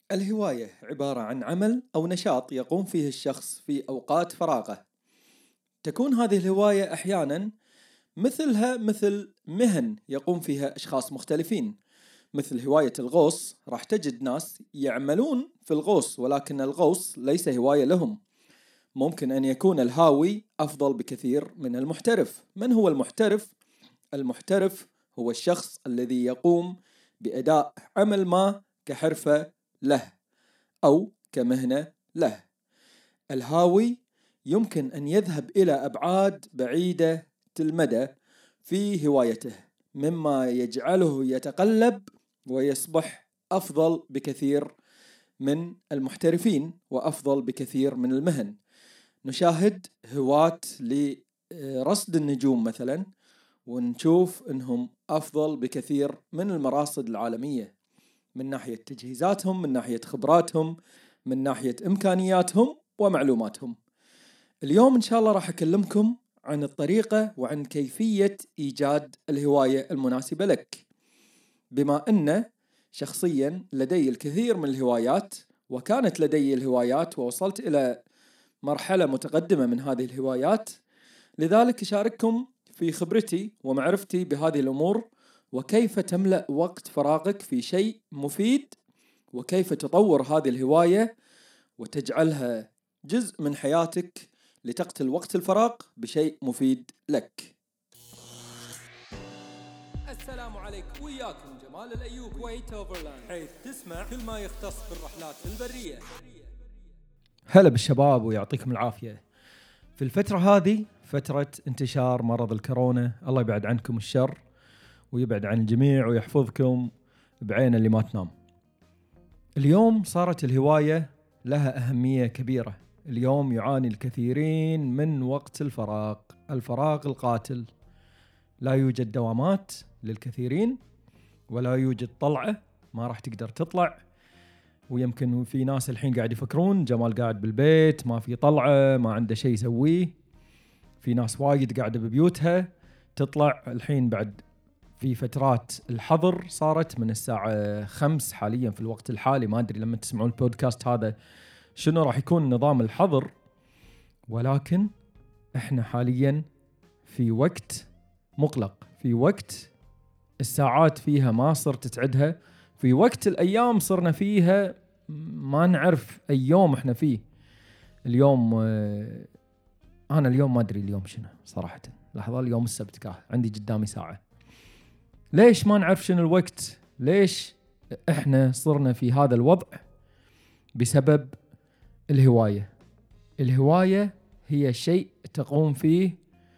الهواية عبارة عن عمل أو نشاط يقوم فيه الشخص في أوقات فراغه. تكون هذه الهواية أحيانا مثل مهن يقوم فيها أشخاص مختلفين. مثل هواية الغوص، راح تجد ناس يعملون في الغوص ولكن الغوص ليس هواية لهم. ممكن أن يكون الهاوي أفضل بكثير من المحترف. من هو المحترف؟ المحترف هو الشخص الذي يقوم بأداء عمل ما كحرفة له أو كمهنة له. الهاوي يمكن أن يذهب إلى أبعاد بعيدة المدى في هوايته، مما يجعله يتقلب ويصبح أفضل بكثير من المحترفين وأفضل بكثير من المهن. نشاهد هواة لرصد النجوم مثلا، ونشوف أنهم أفضل بكثير من المراصد العالمية، من ناحية تجهيزاتهم، من ناحية خبراتهم، من ناحية إمكانياتهم ومعلوماتهم. اليوم إن شاء الله راح أكلمكم عن الطريقة وعن كيفية إيجاد الهواية المناسبة لك. بما أن شخصيا لدي الكثير من الهوايات، وكانت لدي الهوايات ووصلت إلى مرحلة متقدمة من هذه الهوايات، لذلك أشارككم في خبرتي ومعرفتي بهذه الأمور، وكيف تملأ وقت فراغك في شيء مفيد، وكيف تطور هذه الهواية وتجعلها جزء من حياتك لتقتل وقت الفراغ بشيء مفيد لك. السلام عليكم، وياكم جمال الأيوب كويت أوفرلاند، حيث تسمع كل ما يختص بالرحلات البرية. هلا بالشباب ويعطيكم العافية. في الفترة هذه فترة انتشار مرض الكورونا، الله يبعد عنكم الشر ويبعد عن الجميع ويحفظكم بعين اللي ما تنام. اليوم صارت الهواية لها أهمية كبيرة. اليوم يعاني الكثيرين من وقت الفراغ القاتل. لا يوجد دوامات للكثيرين، ولا يوجد طلعة، ما راح تقدر تطلع. ويمكن في ناس الحين قاعد يفكرون جمال قاعد بالبيت، ما في طلعة، ما عنده شيء يسويه. في ناس وايد قاعدة ببيوتها، تطلع الحين بعد في فترات الحظر صارت من الساعة 5 حاليا في الوقت الحالي. ما أدري لما تسمعون البودكاست هذا شنو راح يكون نظام الحظر، ولكن احنا حاليا في وقت مقلق، في وقت الساعات فيها ما صرت تعدها، في وقت الأيام صرنا فيها ما نعرف أي يوم احنا فيه. اليوم أنا اليوم ما أدري اليوم شنو صراحة. لحظة، اليوم السبت عندي قدامي ساعة. ليش ما نعرف شنو الوقت؟ ليش احنا صرنا في هذا الوضع؟ بسبب الهواية. الهواية هي شيء تقوم فيه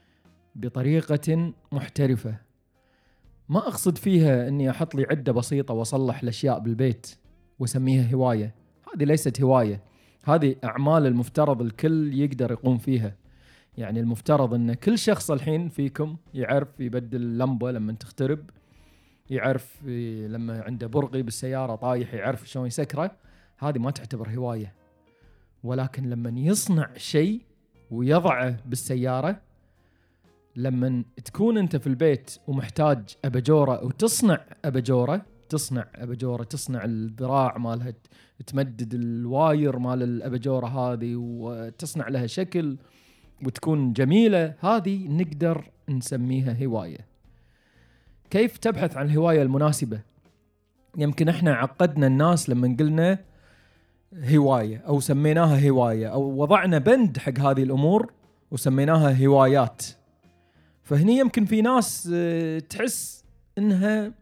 بطريقة محترفة. ما أقصد فيها أني أحط لي عدة بسيطة وأصلح الأشياء بالبيت وسميها هواية. هذه ليست هواية. هذه أعمال المفترض الكل يقدر يقوم فيها. يعني المفترض أن كل شخص الحين فيكم يعرف يبدل اللمبة لما تخترب، يعرف لما عنده برغي بالسيارة طايح يعرف شلون يسكره. هذه ما تعتبر هواية. ولكن لما يصنع شيء ويضعه بالسيارة، لما تكون أنت في البيت ومحتاج أباجورة وتصنع أباجورة، تصنع الذراع مالها، تمدد الواير مال الأباجورة هذه وتصنع لها شكل وتكون جميلة، هذه نقدر نسميها هواية. كيف تبحث عن الهواية المناسبة؟ يمكن احنا عقدنا الناس لما قلنا هواية أو سميناها هواية أو وضعنا بند حق هذه الأمور وسميناها هوايات. فهني يمكن في ناس تحس إنها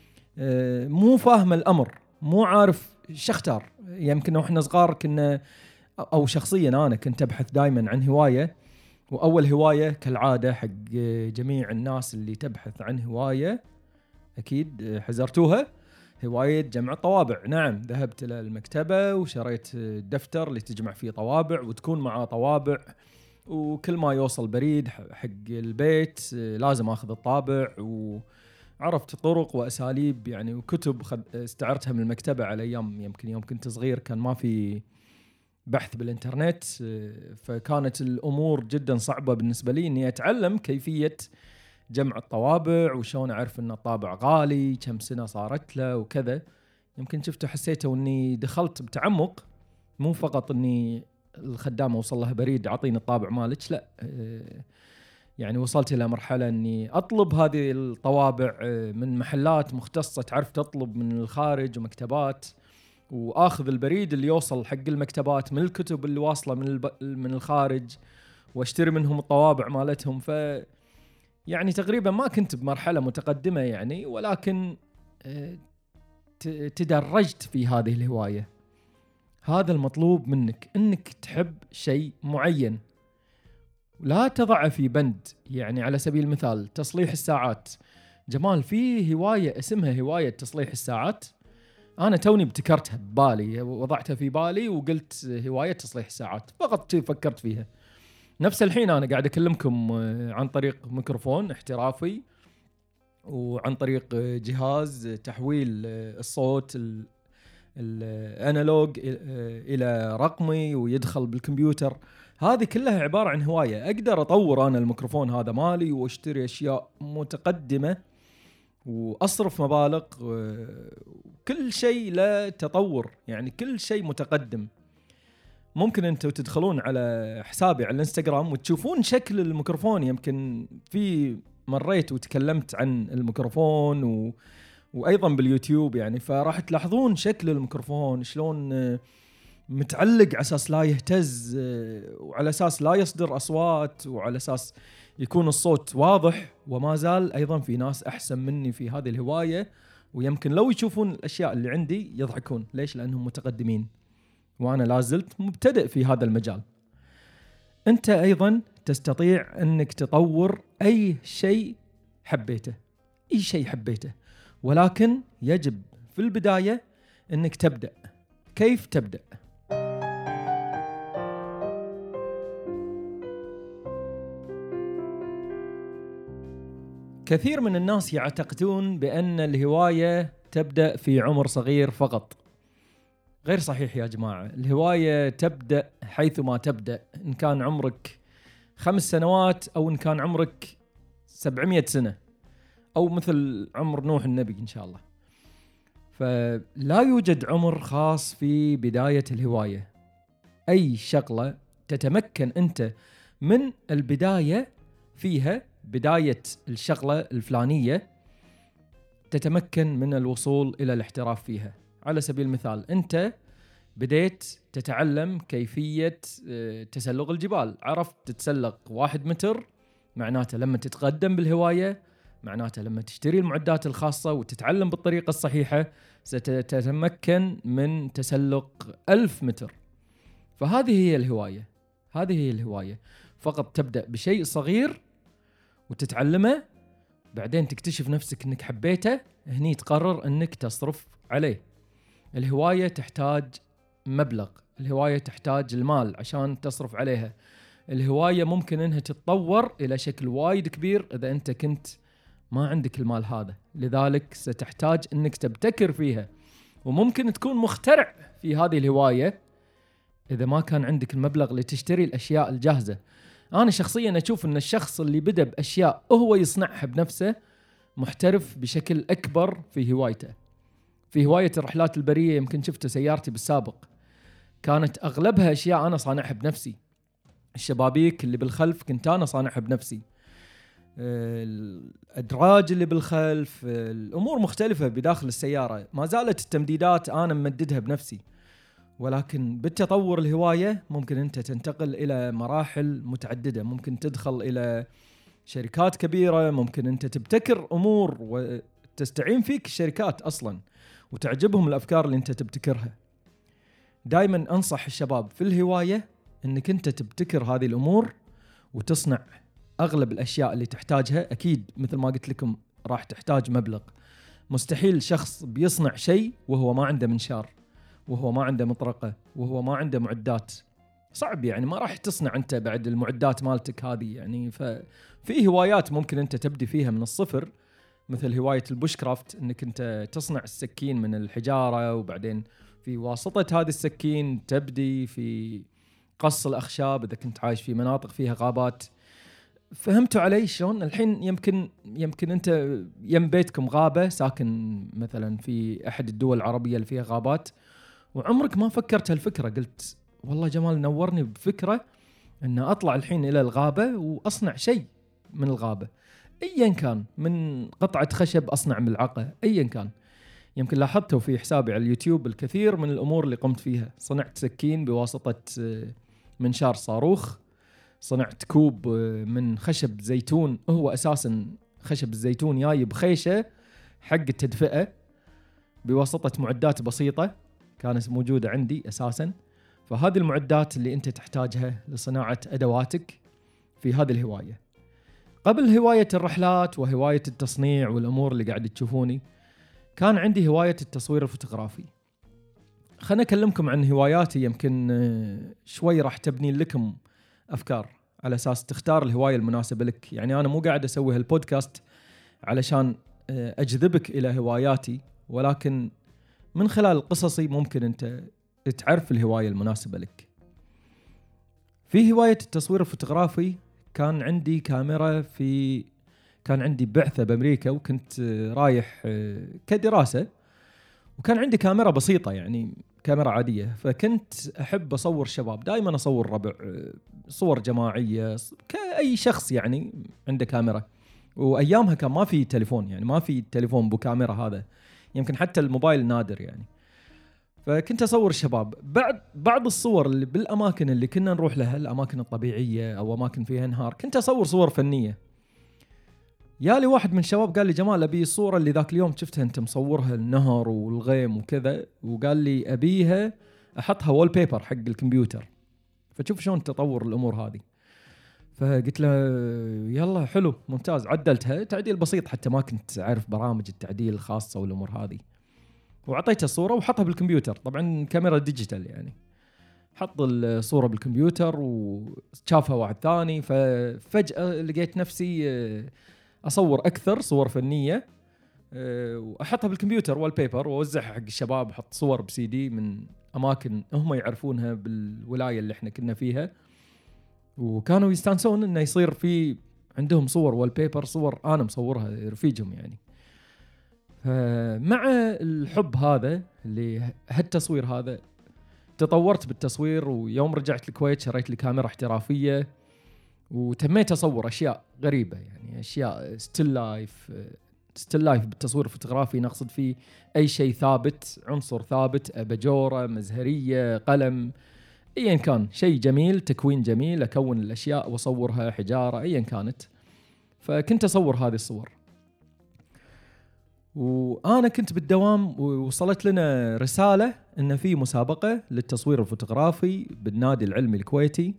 مو فاهمة الأمر، مو عارف شختار. يمكن وإحنا صغار كنا، أو شخصيا أنا كنت أبحث دائما عن هواية. وأول هواية كالعادة حق جميع الناس اللي تبحث عن هواية أكيد حزرتوها، هواية جمع الطوابع. نعم، ذهبت إلى المكتبة وشريت دفتر اللي تجمع فيه طوابع وتكون معاه طوابع، وكل ما يوصل بريد حق البيت لازم أخذ الطابع. وعرفت طرق وأساليب يعني، وكتب استعرتها من المكتبة على أيام يمكن يوم كنت صغير كان ما في بحث بالإنترنت، فكانت الأمور جدا صعبة بالنسبة لي إني أتعلم كيفية جمع الطوابع وشون أعرف أن الطابع غالي، كم سنة صارت له وكذا. يمكن شفتوا حسيتوا اني دخلت بتعمق، مو فقط اني الخدامة وصل لها بريد عطيني الطابع مالك، لا يعني وصلت إلى مرحلة أني أطلب هذه الطوابع من محلات مختصة تعرف تطلب من الخارج ومكتبات، وآخذ البريد اللي يوصل حق المكتبات من الكتب اللي واصلة من الخارج، واشتري منهم الطوابع مالتهم. ف يعني تقريبا ما كنت بمرحلة متقدمة يعني، ولكن تدرجت في هذه الهواية. هذا المطلوب منك، انك تحب شيء معين، لا تضعه في بند. يعني على سبيل المثال تصليح الساعات، جمال فيه هواية اسمها هواية تصليح الساعات، أنا توني ابتكرتها ببالي، وضعتها في بالي وقلت هواية تصليح الساعات، فقط فكرت فيها. نفس الحين أنا قاعد أكلمكم عن طريق ميكروفون احترافي، وعن طريق جهاز تحويل الصوت الانالوج إلى رقمي ويدخل بالكمبيوتر. هذه كلها عبارة عن هواية. أقدر أطور أنا الميكروفون هذا مالي واشتري أشياء متقدمة وأصرف مبالغ، كل شيء له تطور، يعني كل شيء متقدم. ممكن أنتوا تدخلون على حسابي على الانستغرام وتشوفون شكل الميكروفون. يمكن في مريت وتكلمت عن الميكروفون وأيضا باليوتيوب يعني، فراح تلاحظون شكل الميكروفون شلون متعلق على أساس لا يهتز، وعلى أساس لا يصدر أصوات، وعلى أساس يكون الصوت واضح. وما زال أيضا في ناس أحسن مني في هذه الهواية، ويمكن لو يشوفون الأشياء اللي عندي يضحكون. ليش؟ لأنهم متقدمين وأنا لازلت مبتدئ في هذا المجال. أنت أيضا تستطيع أنك تطور أي شيء حبيته، أي شيء حبيته، ولكن يجب في البداية أنك تبدأ. كيف تبدأ؟ كثير من الناس يعتقدون بأن الهواية تبدأ في عمر صغير فقط. غير صحيح يا جماعة. الهواية تبدأ حيثما تبدأ، إن كان عمرك 5 سنوات أو إن كان عمرك 700 سنة أو مثل عمر نوح النبي إن شاء الله. فلا يوجد عمر خاص في بداية الهواية. أي شغلة تتمكن أنت من البداية فيها، بداية الشغلة الفلانية، تتمكن من الوصول إلى الاحتراف فيها. على سبيل المثال أنت بديت تتعلم كيفية تسلق الجبال، عرفت تتسلق 1 متر، معناته لما تتقدم بالهواية، معناته لما تشتري المعدات الخاصة وتتعلم بالطريقة الصحيحة، ستتمكن من تسلق 1000 متر. فهذه هي الهواية، هذه هي الهواية. فقط تبدأ بشيء صغير وتتعلمه، بعدين تكتشف نفسك انك حبيته، هني تقرر انك تصرف عليه. الهواية تحتاج مبلغ، الهواية تحتاج المال عشان تصرف عليها. الهواية ممكن انها تتطور الى شكل وايد كبير اذا انت كنت ما عندك المال هذا، لذلك ستحتاج انك تبتكر فيها. وممكن تكون مخترع في هذه الهواية اذا ما كان عندك المبلغ لتشتري الاشياء الجاهزة. أنا شخصياً أشوف أن الشخص اللي بدأ بأشياء هو يصنعها بنفسه محترف بشكل أكبر في هوايته. في هواية الرحلات البرية يمكن شفتوا سيارتي بالسابق، كانت أغلبها أشياء أنا صانعها بنفسي. الشبابيك اللي بالخلف كنت أنا صانعها بنفسي، الأدراج اللي بالخلف، الأمور مختلفة بداخل السيارة. ما زالت التمديدات أنا ممددها بنفسي. ولكن بالتطور الهواية ممكن أنت تنتقل إلى مراحل متعددة، ممكن تدخل إلى شركات كبيرة، ممكن أنت تبتكر أمور وتستعين فيك الشركات أصلا وتعجبهم الأفكار اللي أنت تبتكرها. دائما أنصح الشباب في الهواية أنك أنت تبتكر هذه الأمور وتصنع أغلب الأشياء اللي تحتاجها. أكيد مثل ما قلت لكم راح تحتاج مبلغ. مستحيل شخص بيصنع شيء وهو ما عنده منشار، وهو ما عنده مطرقة، وهو ما عنده معدات. صعب يعني، ما راح تصنع أنت بعد المعدات مالتك هذه يعني. ففي هوايات ممكن أنت تبدي فيها من الصفر، مثل هواية البوشكرافت، أنك أنت تصنع السكين من الحجارة، وبعدين في واسطة هذه السكين تبدي في قص الأخشاب إذا كنت عايش في مناطق فيها غابات. فهمتوا علي شلون؟ الحين يمكن انت يم بيتكم غابه، ساكن مثلا في احد الدول العربيه اللي فيها غابات، وعمرك ما فكرت هالفكره. قلت والله جمال نورني بفكره ان اطلع الحين الى الغابه واصنع شيء من الغابه، ايا كان، من قطعه خشب اصنع ملعقه، ايا كان. يمكن لاحظتوا في حسابي على اليوتيوب الكثير من الامور اللي قمت فيها. صنعت سكين بواسطه منشار صاروخ، صنعت كوب من خشب زيتون، هو اساسا خشب الزيتون جاي بخيشه حق التدفئه بواسطه معدات بسيطه كانت موجوده عندي اساسا. فهذه المعدات اللي انت تحتاجها لصناعه ادواتك في هذه الهوايه. قبل هوايه الرحلات وهوايه التصنيع والامور اللي قاعد تشوفوني، كان عندي هوايه التصوير الفوتوغرافي. خلنا اكلمكم عن هواياتي، يمكن شوي راح تبني لكم افكار على اساس تختار الهوايه المناسبه لك. يعني انا مو قاعد اسوي هالبودكاست علشان اجذبك الى هواياتي، ولكن من خلال قصصي ممكن انت تعرف الهوايه المناسبه لك. في هوايه التصوير الفوتوغرافي كان عندي كاميرا، كان عندي بعثه بامريكا وكنت رايح كدراسه، وكان عندي كاميرا بسيطه يعني كاميرا عاديه. فكنت احب اصور شباب، دائما اصور ربع، صور جماعيه، كاي شخص يعني عنده كاميرا. وايامها كان ما في تليفون، يعني ما في تليفون بكاميرا، هذا يمكن حتى الموبايل نادر يعني. فكنت اصور الشباب. بعض الصور اللي بالاماكن اللي كنا نروح لها، الاماكن الطبيعيه او اماكن فيها انهار، كنت اصور صور فنيه. يالي واحد من الشباب قال لي جمال ابي الصوره اللي ذاك اليوم شفتها انت مصورها، النهر والغيم وكذا، وقال لي ابيها احطها وول بيبر حق الكمبيوتر. فشوف شلون تطور الامور هذه. فقلت له يلا حلو ممتاز. عدلتها تعديل بسيط، حتى ما كنت اعرف برامج التعديل الخاصه والامور هذه، وعطيته الصوره وحطها بالكمبيوتر. طبعا كاميرا ديجيتال يعني، حط الصوره بالكمبيوتر وشافها واحد ثاني. ففجاه لقيت نفسي اصور اكثر صور فنيه واحطها بالكمبيوتر وال بيبر واوزعها حق الشباب. احط صور بسي دي من اماكن هم يعرفونها بالولايه اللي احنا كنا فيها، وكانوا يستانسون انه يصير في عندهم صور وال بيبر، صور انا مصورها رفيجهم يعني. مع الحب هذا اللي هالتصوير هذا، تطورت بالتصوير. ويوم رجعت الكويت شريت لي كاميرا احترافيه وتميت اصور اشياء غريبه، يعني اشياء ستيل لايف بالتصوير الفوتوغرافي. نقصد فيه اي شيء ثابت، عنصر ثابت، اباجوره، مزهريه، قلم، ايا كان شيء جميل، تكوين جميل، اكون الاشياء واصورها، حجاره ايا كانت. فكنت اصور هذه الصور. وانا كنت بالدوام ووصلت لنا رساله ان في مسابقه للتصوير الفوتوغرافي بالنادي العلمي الكويتي.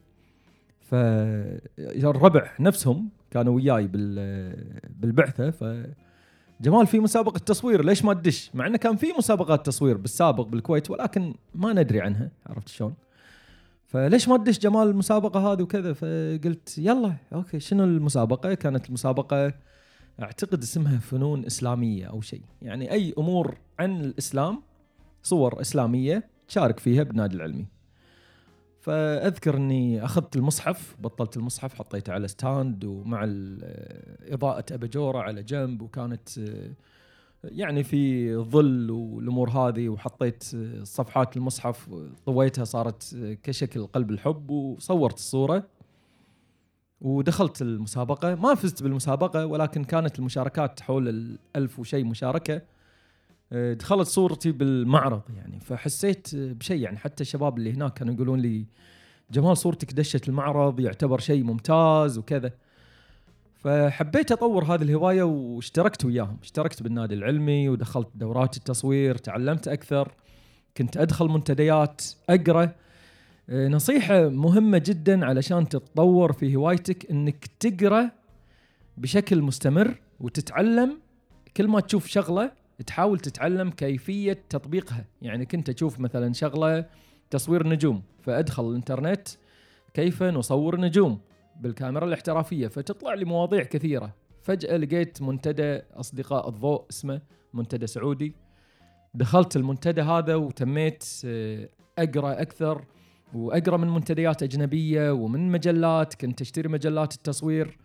فالربع نفسهم كانوا وياي بالبعثه. فجمال في مسابقه تصوير، ليش ما تدش؟ مع انه كان في مسابقات تصوير بالسابق بالكويت ولكن ما ندري عنها، عرفت شلون؟ فليش ما تدش جمال المسابقه هذه وكذا؟ فقلت يلا اوكي. شنو المسابقه؟ كانت المسابقه اعتقد اسمها فنون اسلاميه او شيء، يعني اي امور عن الاسلام، صور اسلاميه تشارك فيها بالنادي العلمي. فاذكر اني اخذت المصحف، بطلت المصحف، حطيته على ستاند ومع اضاءه اباجوره على جنب، وكانت يعني في ظل والامور هذه، وحطيت صفحات المصحف طويتها صارت كشكل قلب الحب، وصورت الصوره ودخلت المسابقة. ما فزت بالمسابقة ولكن كانت المشاركات حول 1000 وشيء مشاركة. دخلت صورتي بالمعرض يعني، فحسيت بشيء يعني. حتى الشباب اللي هناك كانوا يقولون لي جمال صورتك دشت المعرض، يعتبر شيء ممتاز وكذا. فحبيت أطور هذه الهواية واشتركت وياهم، اشتركت بالنادي العلمي ودخلت دورات التصوير، تعلمت أكثر، كنت أدخل منتديات أقرأ. نصيحة مهمة جدا علشان تتطور في هوايتك، انك تقرأ بشكل مستمر وتتعلم. كل ما تشوف شغلة تحاول تتعلم كيفية تطبيقها. يعني كنت أشوف مثلا شغلة تصوير نجوم، فأدخل الانترنت كيف نصور نجوم بالكاميرا الاحترافية، فتطلع لي مواضيع كثيرة. فجأة لقيت منتدى أصدقاء الضوء اسمه منتدى سعودي، دخلت المنتدى هذا وتميت أقرأ أكثر، وأقرأ من منتديات أجنبية ومن مجلات. كنت أشتري مجلات التصوير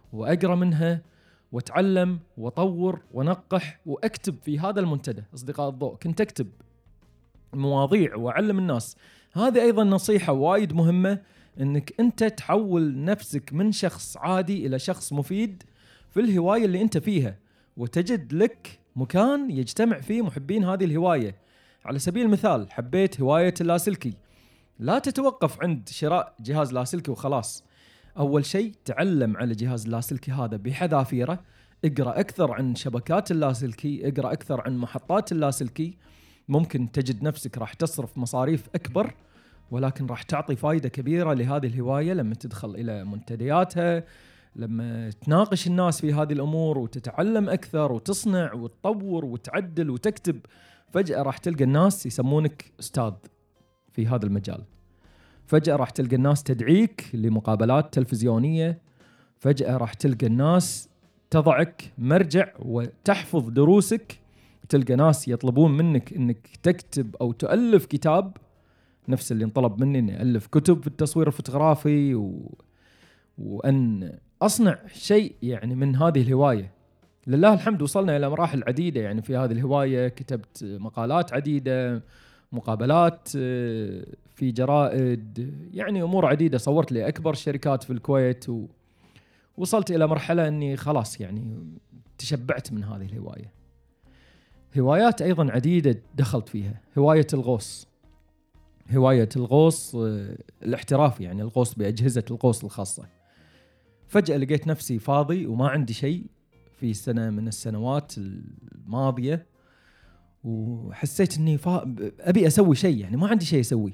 وأقرأ منها وأتعلم وأطور ونقح وأكتب في هذا المنتدى أصدقاء الضوء. كنت أكتب مواضيع وأعلم الناس. هذه أيضا نصيحة وايد مهمة، أنك أنت تحول نفسك من شخص عادي إلى شخص مفيد في الهواية اللي أنت فيها، وتجد لك مكان يجتمع فيه محبين هذه الهواية. على سبيل المثال، حبيت هواية اللاسلكي، لا تتوقف عند شراء جهاز لاسلكي وخلاص. أول شيء تعلم على جهاز اللاسلكي هذا بحذافيره، اقرأ أكثر عن شبكات اللاسلكي، اقرأ أكثر عن محطات اللاسلكي. ممكن تجد نفسك راح تصرف مصاريف أكبر، ولكن راح تعطي فائدة كبيرة لهذه الهواية لما تدخل إلى منتدياتها، لما تناقش الناس في هذه الأمور وتتعلم أكثر وتصنع وتطور وتعدل وتكتب. فجأة راح تلقى الناس يسمونك أستاذ في هذا المجال. فجأة راح تلقى الناس تدعيك لمقابلات تلفزيونية. فجأة راح تلقى الناس تضعك مرجع وتحفظ دروسك. تلقى ناس يطلبون منك انك تكتب او تؤلف كتاب، نفس اللي انطلب مني اني ألف كتب في التصوير الفوتوغرافي وان اصنع شيء يعني من هذه الهواية. لله الحمد وصلنا الى مراحل عديدة يعني في هذه الهواية. كتبت مقالات عديدة، مقابلات في جرائد، يعني امور عديدة. صورت لي اكبر الشركات في الكويت، ووصلت الى مرحلة اني خلاص يعني تشبعت من هذه الهواية. هوايات أيضا عديدة دخلت فيها. هواية الغوص، هواية الغوص الاحترافي، يعني الغوص بأجهزة الغوص الخاصة. فجأة لقيت نفسي فاضي وما عندي شيء في سنة من السنوات الماضية، وحسيت أني أبي أسوي شيء، يعني ما عندي شيء أسوي.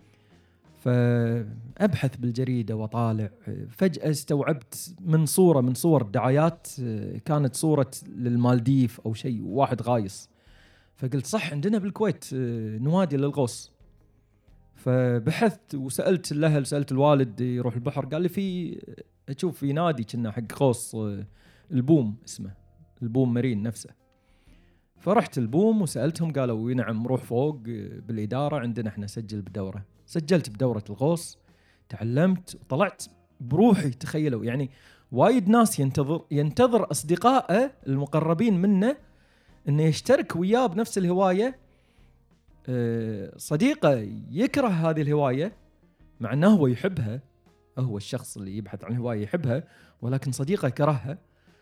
فأبحث بالجريدة وطالع. فجأة استوعبت من صورة من صور الدعايات، كانت صورة للمالديف أو شيء، واحد غايص. فقلت صح، عندنا بالكويت نوادي للغوص. فبحثت وسألت الأهل، سألت الوالد يروح البحر، قال لي أشوف في نادي كنا حق غوص، البوم اسمه، البوم مارين نفسه. فرحت البوم وسألتهم، قالوا نعم روح فوق بالإدارة عندنا احنا سجل بدورة. سجلت بدورة الغوص، تعلمت وطلعت بروحي. تخيلوا يعني وايد ناس ينتظر أصدقائه المقربين منه إنه يشترك وياه بنفس الهواية. صديقه يكره هذه الهواية مع أنه هو يحبها، هو الشخص اللي يبحث عن هواية يحبها، ولكن صديقه كرهها،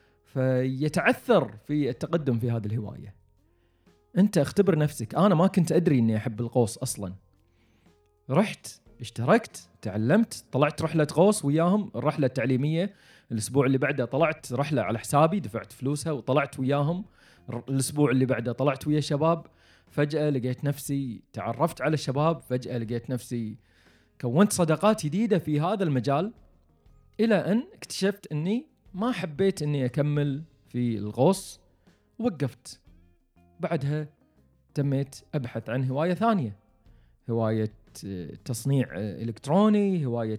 فيتعثر في التقدم في هذه الهواية. أنت اختبر نفسك. أنا ما كنت أدري إني أحب الغوص أصلاً. رحت اشتركت، تعلمت، طلعت رحلة غوص وياهم، الرحلة التعليمية. الأسبوع اللي بعده طلعت رحلة على حسابي، دفعت فلوسها وطلعت وياهم. الأسبوع اللي بعده طلعت ويا شباب. فجأة لقيت نفسي تعرفت على الشباب، فجأة لقيت نفسي كونت صداقات جديدة في هذا المجال، إلى أن اكتشفت أني ما حبيت أني أكمل في الغوص، ووقفت. بعدها تميت أبحث عن هواية ثانية، هواية تصنيع إلكتروني، هواية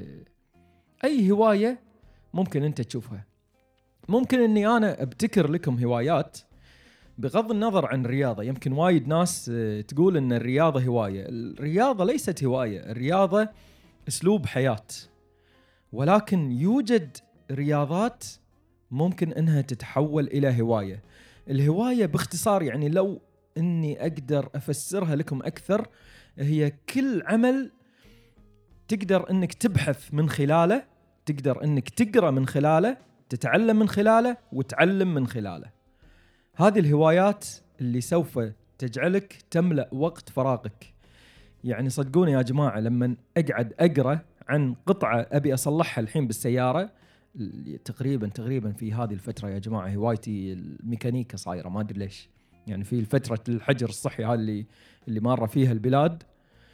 أي هواية ممكن أنت تشوفها. ممكن أني أنا أبتكر لكم هوايات بغض النظر عن الرياضة. يمكن وايد ناس تقول أن الرياضة هواية. الرياضة ليست هواية، الرياضة أسلوب حياة. ولكن يوجد رياضات ممكن أنها تتحول إلى هواية. الهواية باختصار يعني لو أني أقدر أفسرها لكم أكثر، هي كل عمل تقدر أنك تبحث من خلاله، تقدر أنك تقرأ من خلاله، تتعلم من خلاله وتعلم من خلاله. هذه الهوايات اللي سوف تجعلك تملأ وقت فراغك. يعني صدقوني يا جماعة، لما أقعد أقرأ عن قطعة أبي أصلحها الحين بالسيارة، تقريبا في هذه الفترة يا جماعة هوايتي الميكانيكا صايرة، ما أدري ليش. يعني في الفترة الحجر الصحي هذه اللي مارة فيها البلاد،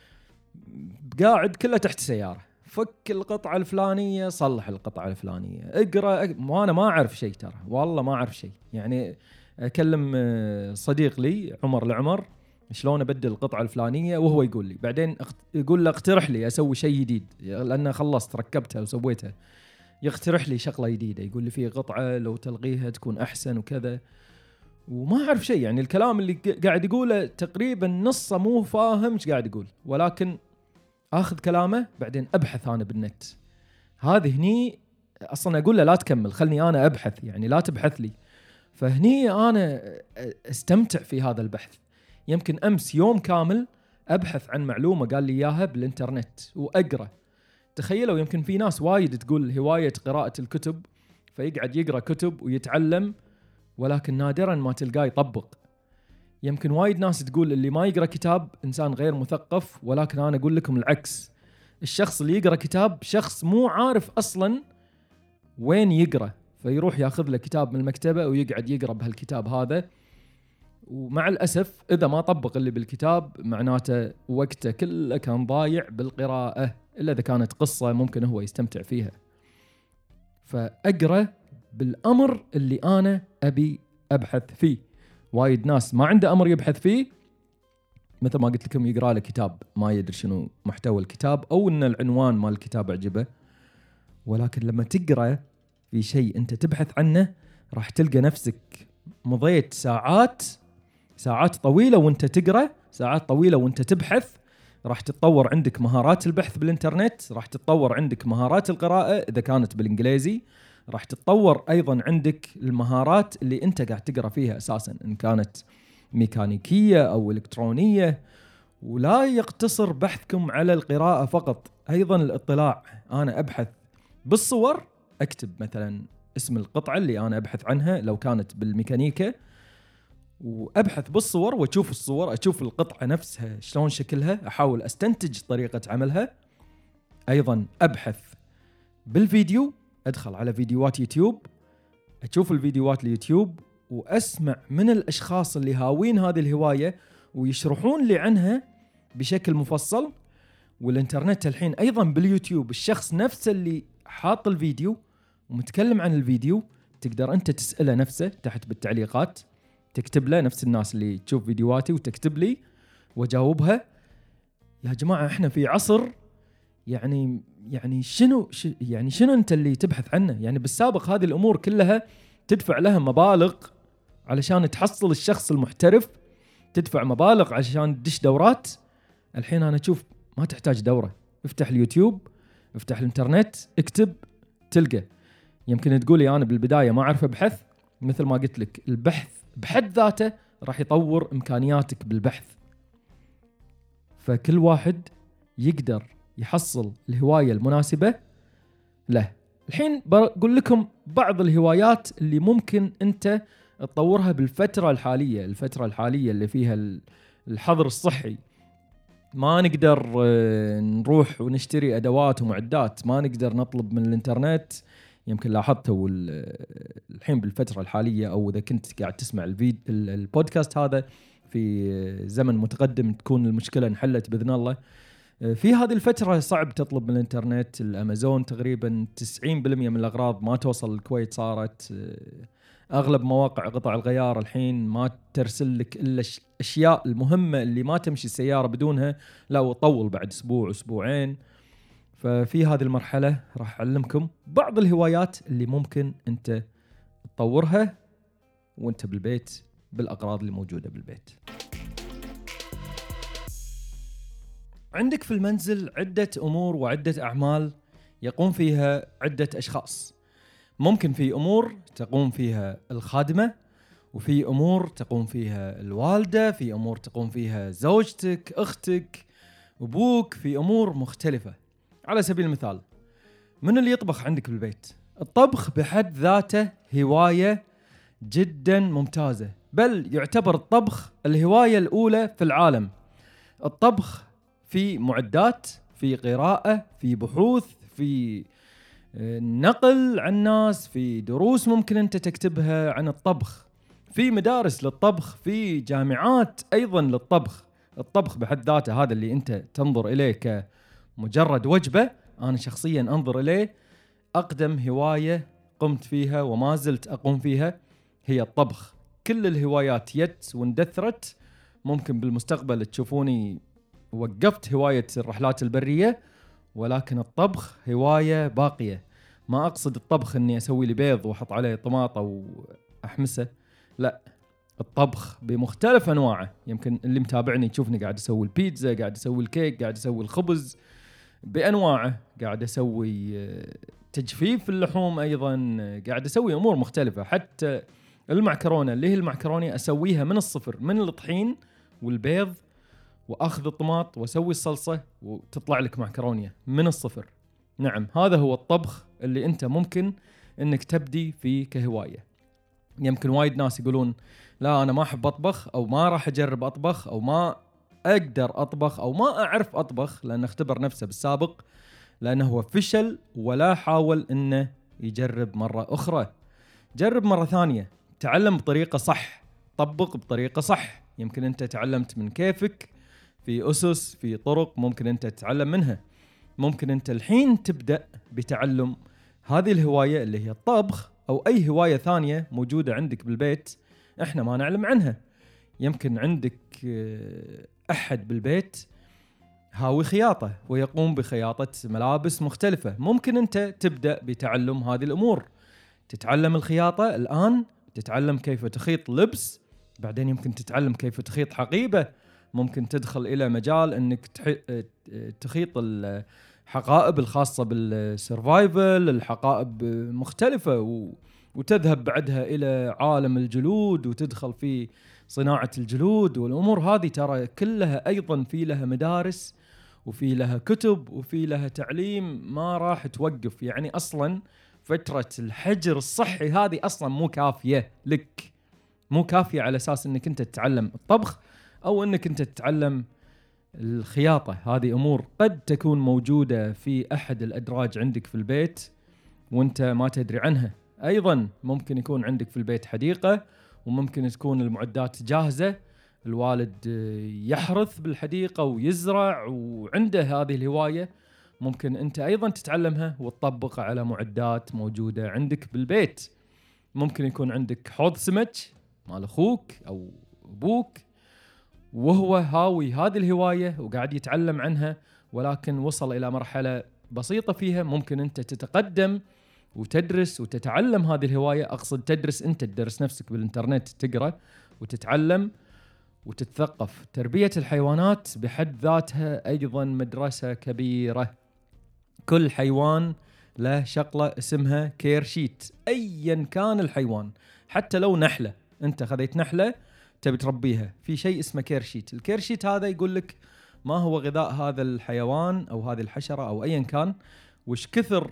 قاعد كله تحت سيارة، فك القطعة الفلانية، صلح القطعة الفلانية، اقرأ. وأنا ما أعرف شيء، ترى والله ما أعرف شيء. يعني أكلم صديق لي عمر العمر شلون أبدل القطعة الفلانية، وهو يقول لي بعدين يقول له اقترح لي أسوي شيء جديد، لأن خلصت ركبتها وسويتها. يقترح لي شغلة جديدة، يقول لي في قطعة لو تلغيها تكون أحسن وكذا، وما أعرف شيء. يعني الكلام اللي قاعد يقوله تقريبا نصه مو فاهم ايش قاعد يقول، ولكن أخذ كلامه بعدين أبحث أنا بالنت. هذه هني أصلا أقول له لا تكمل، خلني أنا أبحث، يعني لا تبحث لي. فهني أنا استمتع في هذا البحث. يمكن أمس يوم كامل أبحث عن معلومة قال لي إياها بالإنترنت وأقرأ. تخيلوا يمكن في ناس وايد تقول هواية قراءة الكتب، فيقعد يقرأ كتب ويتعلم، ولكن نادرا ما تلقاه يطبق. يمكن وايد ناس تقول اللي ما يقرأ كتاب إنسان غير مثقف، ولكن أنا أقول لكم العكس. الشخص اللي يقرأ كتاب شخص مو عارف أصلا وين يقرأ، فيروح ياخذ له كتاب من المكتبة ويقعد يقرأ بهالكتاب هذا. ومع الأسف إذا ما طبق اللي بالكتاب معناته وقته كله كان ضايع بالقراءة، إلا إذا كانت قصة ممكن هو يستمتع فيها. فأقرأ بالأمر اللي أنا أبي أبحث فيه. وايد ناس ما عنده أمر يبحث فيه، مثل ما قلت لكم يقرأ له كتاب ما يدري شنو محتوى الكتاب، أو إن العنوان مال الكتاب عجبه. ولكن لما تقرأ في شيء أنت تبحث عنه راح تلقى نفسك مضيت ساعات طويلة وأنت تقرأ، ساعات طويلة وأنت تبحث. راح تتطور عندك مهارات البحث بالإنترنت، راح تتطور عندك مهارات القراءة إذا كانت بالإنجليزي، راح تتطور أيضا عندك المهارات اللي أنت قاعد تقرأ فيها أساسا، إن كانت ميكانيكية أو إلكترونية. ولا يقتصر بحثكم على القراءة فقط، أيضا الاطلاع. أنا أبحث بالصور، أكتب مثلا اسم القطعة اللي أنا أبحث عنها لو كانت بالميكانيكا، وأبحث بالصور وأشوف الصور، أشوف القطعة نفسها شلون شكلها، أحاول أستنتج طريقة عملها. أيضا أبحث بالفيديو، أدخل على فيديوهات يوتيوب، أشوف الفيديوهات اليوتيوب وأسمع من الأشخاص اللي هاوين هذه الهواية ويشرحون لي عنها بشكل مفصل. والإنترنت الحين أيضا باليوتيوب الشخص نفسه اللي حاط الفيديو ومتكلم عن الفيديو تقدر أنت تسأله نفسه تحت بالتعليقات، تكتب له نفس الناس اللي تشوف فيديوهاتي وتكتب لي وجاوبها. يا جماعة احنا في عصر يعني شنو انت اللي تبحث عنه؟ يعني بالسابق هذه الامور كلها تدفع لها مبالغ علشان تحصل الشخص المحترف، تدفع مبالغ علشان تدش دورات. الحين انا اشوف ما تحتاج دورة، افتح اليوتيوب، افتح الانترنت، اكتب تلقى. يمكن تقولي انا بالبداية ما اعرف ابحث، مثل ما قلت لك البحث بحد ذاته راح يطور امكانياتك بالبحث. فكل واحد يقدر يحصل الهواية المناسبة له. الحين بقول لكم بعض الهوايات اللي ممكن أنت تطورها بالفترة الحالية، اللي فيها الحظر الصحي. ما نقدر نروح ونشتري أدوات ومعدات، ما نقدر نطلب من الإنترنت. يمكن لاحظتوا الحين بالفترة الحالية، أو إذا كنت قاعد تسمع البودكاست هذا في زمن متقدم تكون المشكلة انحلت بإذن الله. في هذه الفترة صعب تطلب من الانترنت. الأمازون تقريبا 90% من الأغراض ما توصل الكويت صارت. أغلب مواقع قطع الغيار الحين ما ترسل لك إلا الأشياء المهمة اللي ما تمشي السيارة بدونها، لا وطول بعد أسبوع أسبوعين. ففي هذه المرحلة راح أعلمكم بعض الهوايات اللي ممكن أنت تطورها وأنت بالبيت بالأغراض اللي موجودة بالبيت. عندك في المنزل عدة أمور وعدة أعمال يقوم فيها عدة أشخاص. ممكن في أمور تقوم فيها الخادمة، وفي أمور تقوم فيها الوالدة، في أمور تقوم فيها زوجتك، أختك، أبوك، في أمور مختلفة. على سبيل المثال، من اللي يطبخ عندك بالبيت؟ الطبخ بحد ذاته هواية جدا ممتازة، بل يعتبر الطبخ الهواية الأولى في العالم. الطبخ في معدات، في قراءة، في بحوث، في نقل عن الناس، في دروس ممكن أنت تكتبها عن الطبخ، في مدارس للطبخ، في جامعات أيضا للطبخ. الطبخ بحد ذاته هذا اللي أنت تنظر إليه كمجرد وجبة، أنا شخصيا أنظر إليه أقدم هواية قمت فيها وما زلت أقوم فيها هي الطبخ. كل الهوايات يت واندثرت. ممكن بالمستقبل تشوفوني وقفت هواية الرحلات البرية، ولكن الطبخ هواية باقية. ما أقصد الطبخ أني أسوي لي بيض وأحط عليه طماطة وأحمسه، لا، الطبخ بمختلف أنواعه. يمكن اللي متابعني تشوفني قاعد أسوي البيتزا، قاعد أسوي الكيك، قاعد أسوي الخبز، بأنواعه، قاعد أسوي تجفيف اللحوم، أيضا قاعد أسوي أمور مختلفة. حتى المعكرونة اللي هي المعكرونة أسويها من الصفر، من الطحين والبيض، وأخذ الطماط وأسوي الصلصة وتطلع لك معكرونية من الصفر. نعم، هذا هو الطبخ اللي أنت ممكن أنك تبدي فيه كهواية. يمكن وايد ناس يقولون لا أنا ما أحب أطبخ، أو ما راح أجرب أطبخ، أو ما أقدر أطبخ، أو ما أعرف أطبخ، لأنه اختبر نفسه بالسابق، لأنه هو فشل ولا حاول أنه يجرب مرة أخرى. جرب مرة ثانية، تعلم بطريقة صح، طبق بطريقة صح. يمكن أنت تعلمت من كيفك، في أسس، في طرق ممكن أنت تتعلم منها. ممكن أنت الحين تبدأ بتعلم هذه الهواية اللي هي الطبخ، أو أي هواية ثانية موجودة عندك بالبيت إحنا ما نعلم عنها. يمكن عندك أحد بالبيت هاوي خياطة ويقوم بخياطة ملابس مختلفة، ممكن أنت تبدأ بتعلم هذه الأمور. تتعلم الخياطة الآن، تتعلم كيف تخيط لبس، بعدين يمكن تتعلم كيف تخيط حقيبة. ممكن تدخل إلى مجال أنك تخيط الحقائب الخاصة بالسرفايفل، الحقائب مختلفة، وتذهب بعدها إلى عالم الجلود وتدخل في صناعة الجلود. والأمور هذه ترى كلها أيضا في لها مدارس، وفي لها كتب، وفي لها تعليم ما راح توقف. يعني أصلا فترة الحجر الصحي هذه أصلا مو كافية لك، مو كافية على أساس أنك أنت تتعلم الطبخ أو أنك أنت تتعلم الخياطة. هذه أمور قد تكون موجودة في أحد الأدراج عندك في البيت وأنت ما تدري عنها. أيضا ممكن يكون عندك في البيت حديقة، وممكن تكون المعدات جاهزة، الوالد يحرث بالحديقة ويزرع وعنده هذه الهواية، ممكن أنت أيضا تتعلمها وتطبقها على معدات موجودة عندك بالبيت. ممكن يكون عندك حوض سمك مال أخوك أو أبوك، وهو هاوي هذه الهواية وقاعد يتعلم عنها، ولكن وصل إلى مرحلة بسيطة فيها. ممكن أنت تتقدم وتدرس وتتعلم هذه الهواية. أقصد تدرس، أنت تدرس نفسك بالإنترنت، تقرأ وتتعلم وتتثقف. تربية الحيوانات بحد ذاتها أيضا مدرسة كبيرة. كل حيوان له شغلة اسمها كير شيت، أيا كان الحيوان. حتى لو نحلة، أنت خذيت نحلة تبي تربيها، في شيء اسمه كير شيت. الكير شيت هذا يقول لك ما هو غذاء هذا الحيوان أو هذه الحشرة أو أيا كان، وش كثر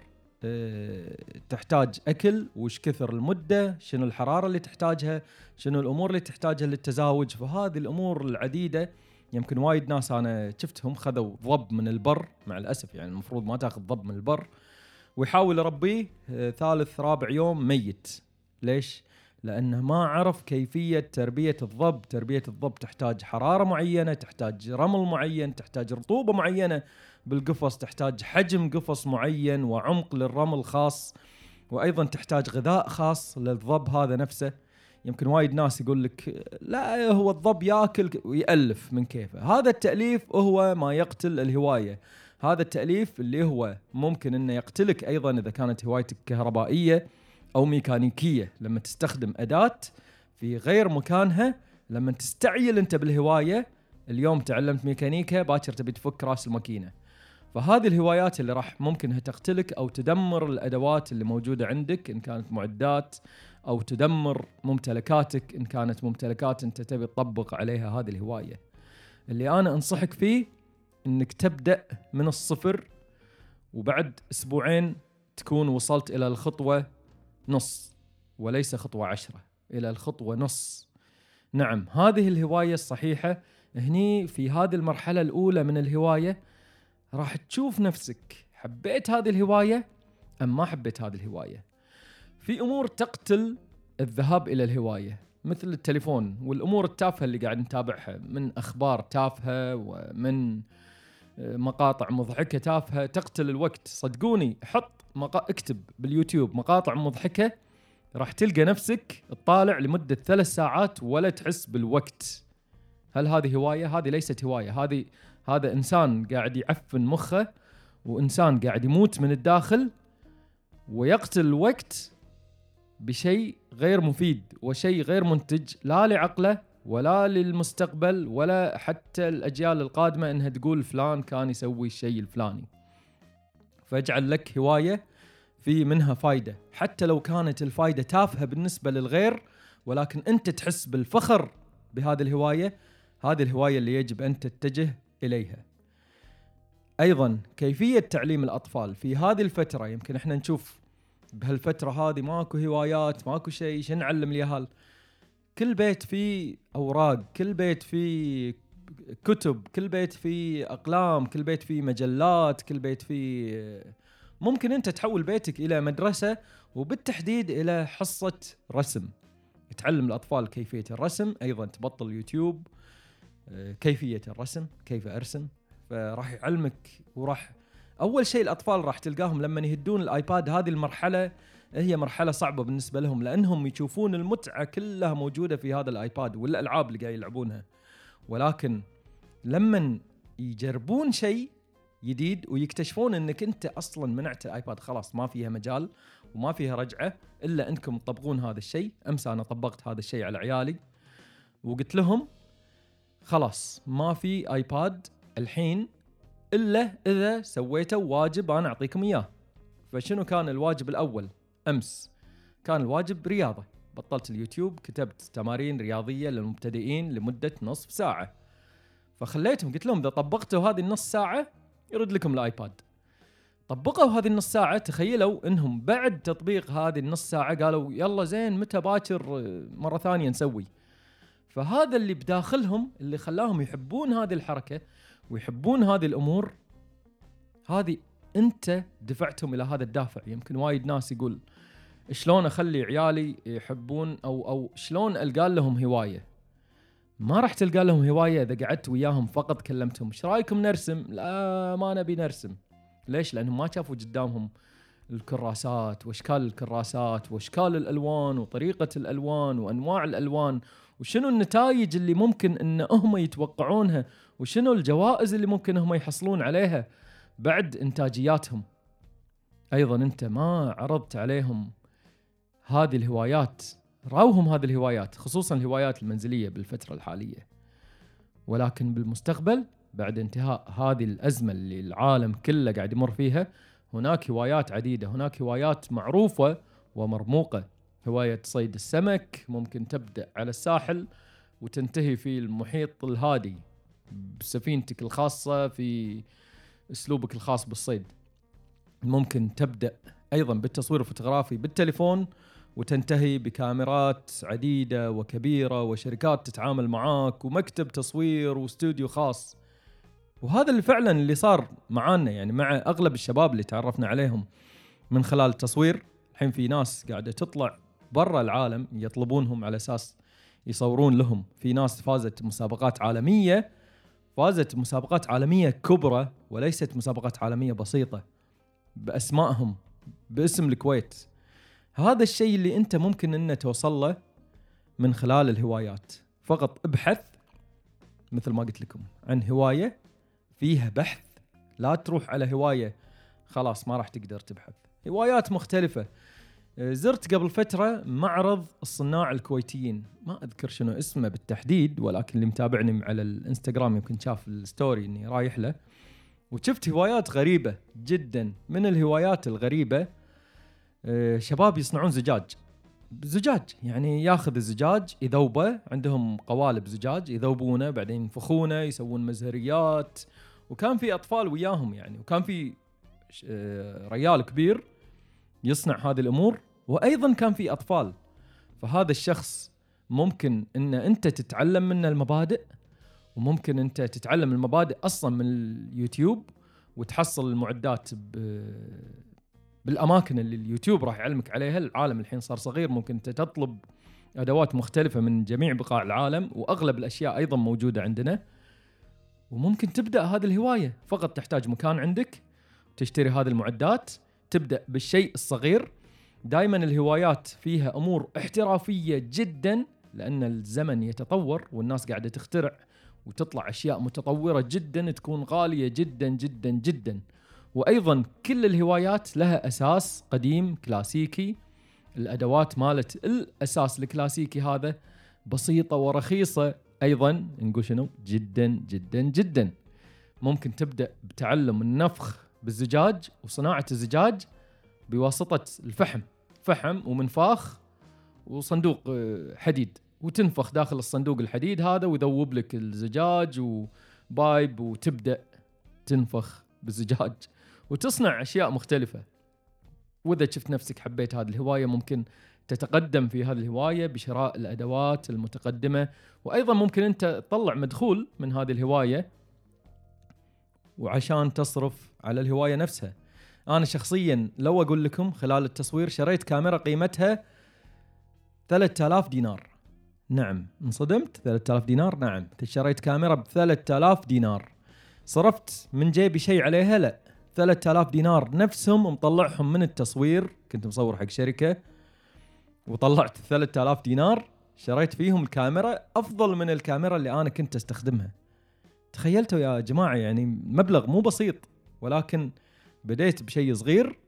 تحتاج أكل، وش كثر المدة، شنو الحرارة اللي تحتاجها، شنو الأمور اللي تحتاجها للتزاوج. فهذه الأمور العديدة يمكن وايد ناس أنا شفتهم خذوا ضب من البر، مع الأسف يعني المفروض ما تأخذ ضب من البر، ويحاول يربيه ثالث رابع يوم ميت. ليش؟ لأنه ما عرف كيفية تربية الضب. تربية الضب تحتاج حرارة معينة، تحتاج رمل معين، تحتاج رطوبة معينة بالقفص، تحتاج حجم قفص معين وعمق للرمل خاص، وأيضا تحتاج غذاء خاص للضب هذا نفسه. يمكن وايد ناس يقول لك لا هو الضب يأكل ويألف من كيفه. هذا التأليف هو ما يقتل الهواية. هذا التأليف اللي هو ممكن أنه يقتلك أيضا إذا كانت هوايتك كهربائية أو ميكانيكية، لما تستخدم أداة في غير مكانها. لما تستعجل أنت بالهواية، اليوم تعلمت ميكانيكا، باكر تبي تفك راس الماكينة. فهذه الهوايات اللي راح ممكنها تقتلك أو تدمر الأدوات اللي موجودة عندك إن كانت معدات، أو تدمر ممتلكاتك إن كانت ممتلكات أنت تبي تطبق عليها هذه الهواية. اللي أنا أنصحك فيه إنك تبدأ من الصفر، وبعد أسبوعين تكون وصلت إلى الخطوة نص، وليس خطوة 10، إلى الخطوة نص. نعم، هذه الهواية الصحيحة. هني في هذه المرحلة الأولى من الهواية راح تشوف نفسك حبيت هذه الهواية أم ما حبيت هذه الهواية. في أمور تقتل الذهاب إلى الهواية، مثل التليفون والأمور التافهة اللي قاعد نتابعها، من أخبار تافهة ومن مقاطع مضحكة تافهة تقتل الوقت. صدقوني، اكتب باليوتيوب مقاطع مضحكة، راح تلقى نفسك تطالع لمدة 3 ساعات ولا تحس بالوقت. هل هذه هواية؟ هذه ليست هواية. هذا إنسان قاعد يعفن مخه، وإنسان قاعد يموت من الداخل ويقتل الوقت بشيء غير مفيد وشيء غير منتج، لا لعقله ولا للمستقبل ولا حتى الأجيال القادمة إنها تقول فلان كان يسوي الشيء الفلاني. فاجعل لك هواية في منها فايدة، حتى لو كانت الفايدة تافهة بالنسبة للغير، ولكن أنت تحس بالفخر بهذه الهواية. هذه الهواية اللي يجب أن تتجه إليها. أيضا كيفية تعليم الأطفال في هذه الفترة. يمكن إحنا نشوف بهالفترة هذه ماكو هوايات، ماكو شيء، شو نعلم اليهال؟ كل بيت فيه أوراق، كل بيت فيه كتب، كل بيت فيه أقلام، كل بيت فيه مجلات، كل بيت فيه. ممكن أنت تحول بيتك إلى مدرسة، وبالتحديد إلى حصة رسم، تعلم الأطفال كيفية الرسم. أيضا تبطل يوتيوب كيفية الرسم، كيف أرسم، فراح يعلمك. وراح أول شيء الأطفال راح تلقاهم لما يهدون الآيباد، هذه المرحلة هي مرحلة صعبة بالنسبة لهم، لأنهم يشوفون المتعة كلها موجودة في هذا الآيباد والألعاب اللي قاعد يلعبونها. ولكن لما يجربون شيء جديد ويكتشفون أنك أنت أصلا منعت الآيباد، خلاص ما فيها مجال وما فيها رجعة إلا أنكم تطبقون هذا الشيء. أمس أنا طبقت هذا الشيء على عيالي وقلت لهم خلاص ما في آيباد الحين إلا إذا سويته واجب أنا أعطيكم إياه. فشنو كان الواجب الأول أمس؟ كان الواجب رياضة. بطلت اليوتيوب، كتبت تمارين رياضية للمبتدئين لمدة نصف ساعة. فخليتهم قلت لهم إذا طبقتوا هذه النص ساعة يرد لكم الآيباد. طبقوا هذه النص ساعة، تخيلوا إنهم بعد تطبيق هذه النص ساعة قالوا يلا زين متى باكر مرة ثانية نسوي. فهذا اللي بداخلهم اللي خلاهم يحبون هذه الحركة ويحبون هذه الأمور. هذه أنت دفعتهم إلى هذا الدافع. يمكن وايد ناس يقول شلون أخلي عيالي يحبون أو شلون ألقى لهم هواية. ما راح تلقى لهم هواية إذا قعدت وياهم فقط كلمتهم إيش رأيكم نرسم؟ لا ما نبي نرسم. ليش؟ لأنهم ما شافوا قدامهم الكراسات واشكال الكراسات واشكال الألوان وطريقة الألوان وأنواع الألوان، وشنو النتائج اللي ممكن ان هم يتوقعونها، وشنو الجوائز اللي ممكن هم يحصلون عليها بعد انتاجياتهم. ايضا انت ما عرضت عليهم هذه الهوايات، راوهم هذه الهوايات، خصوصا الهوايات المنزلية بالفترة الحالية. ولكن بالمستقبل بعد انتهاء هذه الأزمة اللي العالم كله قاعد يمر فيها، هناك هوايات عديدة، هناك هوايات معروفة ومرموقة. هواية صيد السمك ممكن تبدأ على الساحل وتنتهي في المحيط الهادي بسفينتك الخاصة في أسلوبك الخاص بالصيد. ممكن تبدأ أيضا بالتصوير الفوتوغرافي بالتليفون وتنتهي بكاميرات عديدة وكبيرة وشركات تتعامل معاك ومكتب تصوير واستوديو خاص. وهذا اللي فعلا اللي صار معانا، يعني مع أغلب الشباب اللي تعرفنا عليهم من خلال التصوير. الحين في ناس قاعدة تطلع برا العالم يطلبونهم على أساس يصورون لهم. في ناس فازت مسابقات عالمية، فازت مسابقات عالمية كبرى وليست مسابقات عالمية بسيطة، بأسمائهم باسم الكويت. هذا الشيء اللي أنت ممكن أنه توصل له من خلال الهوايات. فقط ابحث مثل ما قلت لكم عن هواية فيها بحث. لا تروح على هواية خلاص ما راح تقدر تبحث. هوايات مختلفة. زرت قبل فترة معرض الصناع الكويتيين، ما أذكر شنو اسمه بالتحديد، ولكن اللي متابعني على الانستغرام يمكن شاف الستوري إني رايح له، وشفت هوايات غريبة جدا. من الهوايات الغريبة شباب يصنعون زجاج، يعني ياخذ الزجاج يذوبه، عندهم قوالب زجاج يذوبونه بعدين ينفخونه يسوون مزهريات. وكان في أطفال وياهم يعني، وكان في ريال كبير يصنع هذه الأمور، وأيضا كان في أطفال. فهذا الشخص ممكن أن أنت تتعلم منه المبادئ، وممكن أنت تتعلم المبادئ أصلا من اليوتيوب وتحصل المعدات بالأماكن اللي اليوتيوب راح يعلمك عليها. العالم الحين صار صغير، ممكن أنت تطلب أدوات مختلفة من جميع بقاع العالم، وأغلب الأشياء أيضا موجودة عندنا. وممكن تبدأ هذه الهواية، فقط تحتاج مكان عندك تشتري هذه المعدات، تبدأ بالشيء الصغير. دائما الهوايات فيها أمور احترافية جدا، لأن الزمن يتطور والناس قاعدة تخترع وتطلع أشياء متطورة جدا تكون غالية جدا جدا جدا. وأيضا كل الهوايات لها أساس قديم كلاسيكي. الأدوات مالت الأساس الكلاسيكي هذا بسيطة ورخيصة أيضا. نقول شنو؟ جدا جدا جدا. ممكن تبدأ بتعلم النفخ بالزجاج وصناعة الزجاج بواسطة فحم ومنفاخ وصندوق حديد، وتنفخ داخل الصندوق الحديد هذا ويذوب لك الزجاج وبايب، وتبدأ تنفخ بالزجاج وتصنع أشياء مختلفة. وإذا شفت نفسك حبيت هذه الهواية ممكن تتقدم في هذه الهواية بشراء الأدوات المتقدمة، وأيضا ممكن أنت تطلع مدخول من هذه الهواية وعشان تصرف على الهواية نفسها. أنا شخصيا لو أقول لكم خلال التصوير شريت كاميرا قيمتها 3000 دينار. نعم انصدمت، 3000 دينار. نعم شريت كاميرا ب3000 دينار. صرفت من جيبي شيء عليها؟ لا، 3000 دينار نفسهم مطلعهم من التصوير. كنت مصور حق شركة وطلعت 3000 دينار شريت فيهم الكاميرا أفضل من الكاميرا اللي أنا كنت استخدمها. تخيلتوا يا جماعة؟ يعني مبلغ مو بسيط، ولكن بديت بشيء صغير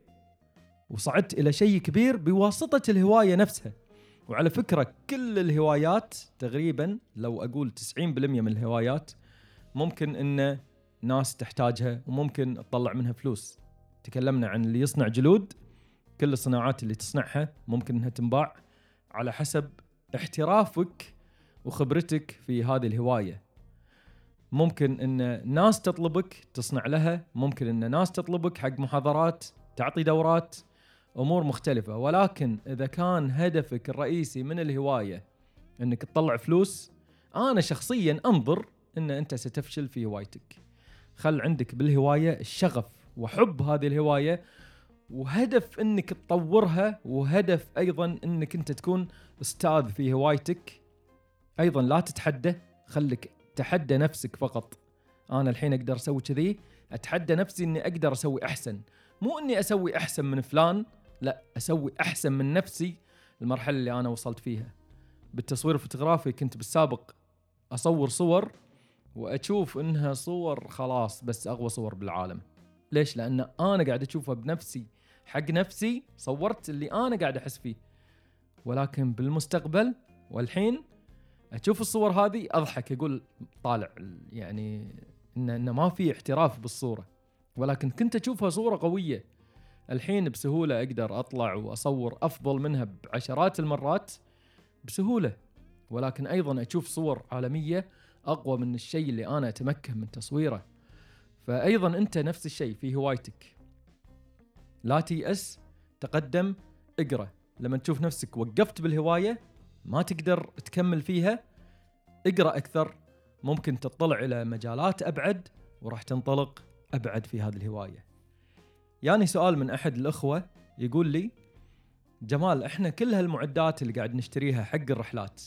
وصعدت إلى شيء كبير بواسطة الهواية نفسها. وعلى فكرة كل الهوايات تقريبا، لو أقول 90% من الهوايات ممكن إن ناس تحتاجها وممكن تطلع منها فلوس. تكلمنا عن اللي يصنع جلود، كل الصناعات اللي تصنعها ممكن إنها تنباع على حسب احترافك وخبرتك في هذه الهواية. ممكن إن ناس تطلبك تصنع لها، ممكن إن ناس تطلبك حق محاضرات، تعطي دورات، أمور مختلفة. ولكن إذا كان هدفك الرئيسي من الهواية إنك تطلع فلوس، أنا شخصيا أنظر إن أنت ستفشل في هوايتك. خل عندك بالهواية الشغف وحب هذه الهواية، وهدف إنك تطورها، وهدف أيضا إنك أنت تكون أستاذ في هوايتك. أيضا لا تتحدى، خلك تحدى نفسك فقط. أنا الحين أقدر أسوي كذي، أتحدى نفسي إني أقدر أسوي أحسن، مو إني أسوي أحسن من فلان، لا، أسوي أحسن من نفسي المرحلة اللي أنا وصلت فيها. بالتصوير الفوتوغرافي كنت بالسابق أصور صور وأشوف إنها صور خلاص بس أقوى صور بالعالم. ليش؟ لأن أنا قاعد أشوفها بنفسي، حق نفسي صورت اللي أنا قاعد أحس فيه. ولكن بالمستقبل والحين أشوف الصور هذه أضحك، أقول طالع يعني إن ما في احتراف بالصورة، ولكن كنت أشوفها صورة قوية. الحين بسهولة أقدر أطلع وأصور أفضل منها بعشرات المرات بسهولة، ولكن أيضا أشوف صور عالمية أقوى من الشيء اللي أنا أتمكن من تصويره. فأيضا أنت نفس الشيء في هوايتك، لا تيأس، تقدم، اقرأ. لما تشوف نفسك وقفت بالهواية ما تقدر تكمل فيها، اقرأ أكثر، ممكن تطلع إلى مجالات أبعد وراح تنطلق أبعد في هذه الهواية. يعني سؤال من أحد الأخوة يقول لي: جمال، إحنا كل هالمعدات اللي قاعد نشتريها حق الرحلات،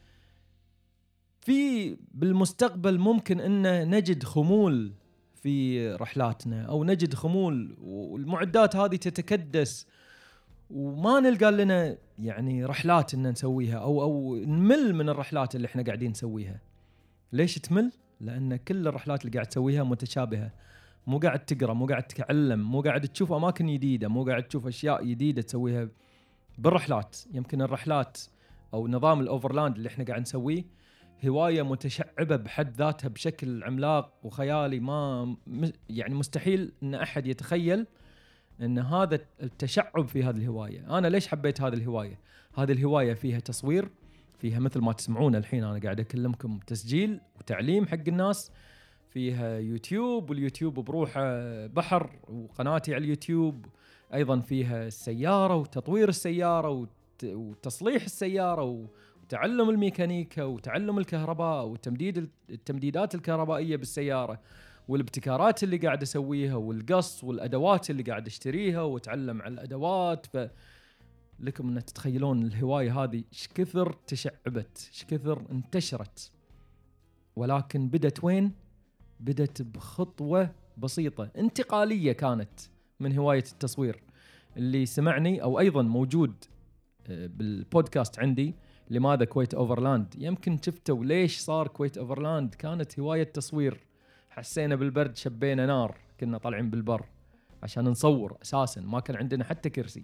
في بالمستقبل ممكن أن نجد خمول في رحلاتنا، أو نجد خمول والمعدات هذه تتكدس وما نلقى لنا يعني رحلات إن نسويها، أو نمل من الرحلات اللي إحنا قاعدين نسويها. ليش تمل؟ لأن كل الرحلات اللي قاعد تسويها متشابهة، مو قاعد تقرأ، مو قاعد تتعلم، مو قاعد تشوف أماكن جديدة، مو قاعد تشوف أشياء جديدة تسويها بالرحلات. يمكن الرحلات أو نظام الأوفرلاند اللي إحنا قاعد نسويه هواية متشعبة بحد ذاتها بشكل عملاق وخيالي، ما يعني مستحيل أن أحد يتخيل أن هذا التشعب في هذه الهواية. أنا ليش حبيت هذه الهواية؟ هذه الهواية فيها تصوير، فيها مثل ما تسمعون الحين أنا قاعد أكلمكم تسجيل وتعليم حق الناس، فيها يوتيوب، واليوتيوب بروحه بحر، وقناتي على اليوتيوب أيضا فيها السيارة وتطوير السيارة وتصليح السيارة وتعلم الميكانيكا وتعلم الكهرباء وتمديد التمديدات الكهربائية بالسيارة، والابتكارات اللي قاعد أسويها، والقص والأدوات اللي قاعد أشتريها وأتعلم على الأدوات. فلكم أن تتخيلون الهواية هذه إيش كثر تشعبت، إيش كثر انتشرت، ولكن بدت وين؟ بدت بخطوة بسيطة انتقالية كانت من هواية التصوير. اللي سمعني أو أيضا موجود بالبودكاست عندي لماذا كويت أوفرلاند، يمكن شفتوا ليش صار كويت أوفرلاند. كانت هواية تصوير، حسينا بالبرد شبينا نار، كنا طالعين بالبر عشان نصور أساسا، ما كان عندنا حتى كرسي،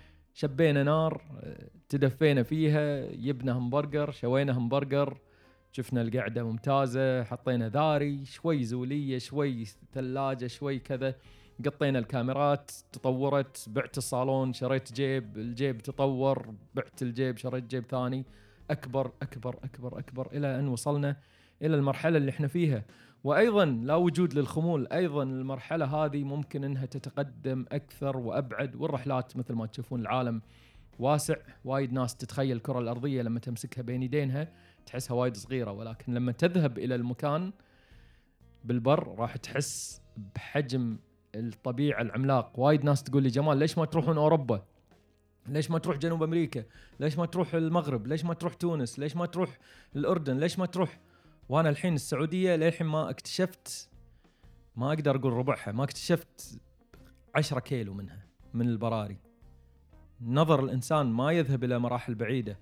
شبينا نار تدفينا فيها، يبنا همبرجر، شوينا همبرجر، شفنا القعدة ممتازة، حطينا ذاري شوي زولية شوي ثلاجة شوي كذا، قطينا الكاميرات تطورت، بعت الصالون شريت جيب، الجيب تطور، بعت الجيب شريت جيب ثاني، أكبر أكبر أكبر أكبر إلى أن وصلنا إلى المرحلة اللي احنا فيها. وأيضا لا وجود للخمول، أيضا المرحلة هذه ممكن أنها تتقدم أكثر وأبعد، والرحلات مثل ما تشوفون العالم واسع، وايد ناس تتخيل الكرة الأرضية لما تمسكها بين يدينها تحسها وايد صغيرة، ولكن لما تذهب إلى المكان بالبر راح تحس بحجم الطبيعة العملاق. وايد ناس تقول لي جمال ليش ما تروحون أوروبا؟ ليش ما تروح جنوب أمريكا؟ ليش ما تروح المغرب؟ ليش ما تروح تونس؟ ليش ما تروح الأردن؟ ليش ما تروح؟ وأنا الحين السعودية للحين ما اكتشفت، ما أقدر أقول ربعها، ما اكتشفت 10 كيلو منها من البراري. نظر الإنسان ما يذهب إلى مراحل بعيدة.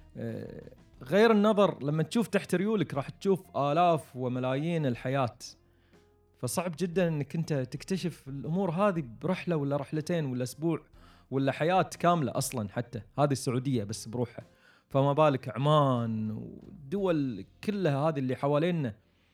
غير النظر لما تشوف تحت ريولك راح تشوف آلاف وملايين الحياة، فصعب جدا انك انت تكتشف الامور هذه برحلة ولا رحلتين ولا اسبوع ولا حياة كاملة اصلا. حتى هذه السعودية بس بروحها، فما بالك عمان والدول كلها هذه اللي حوالينا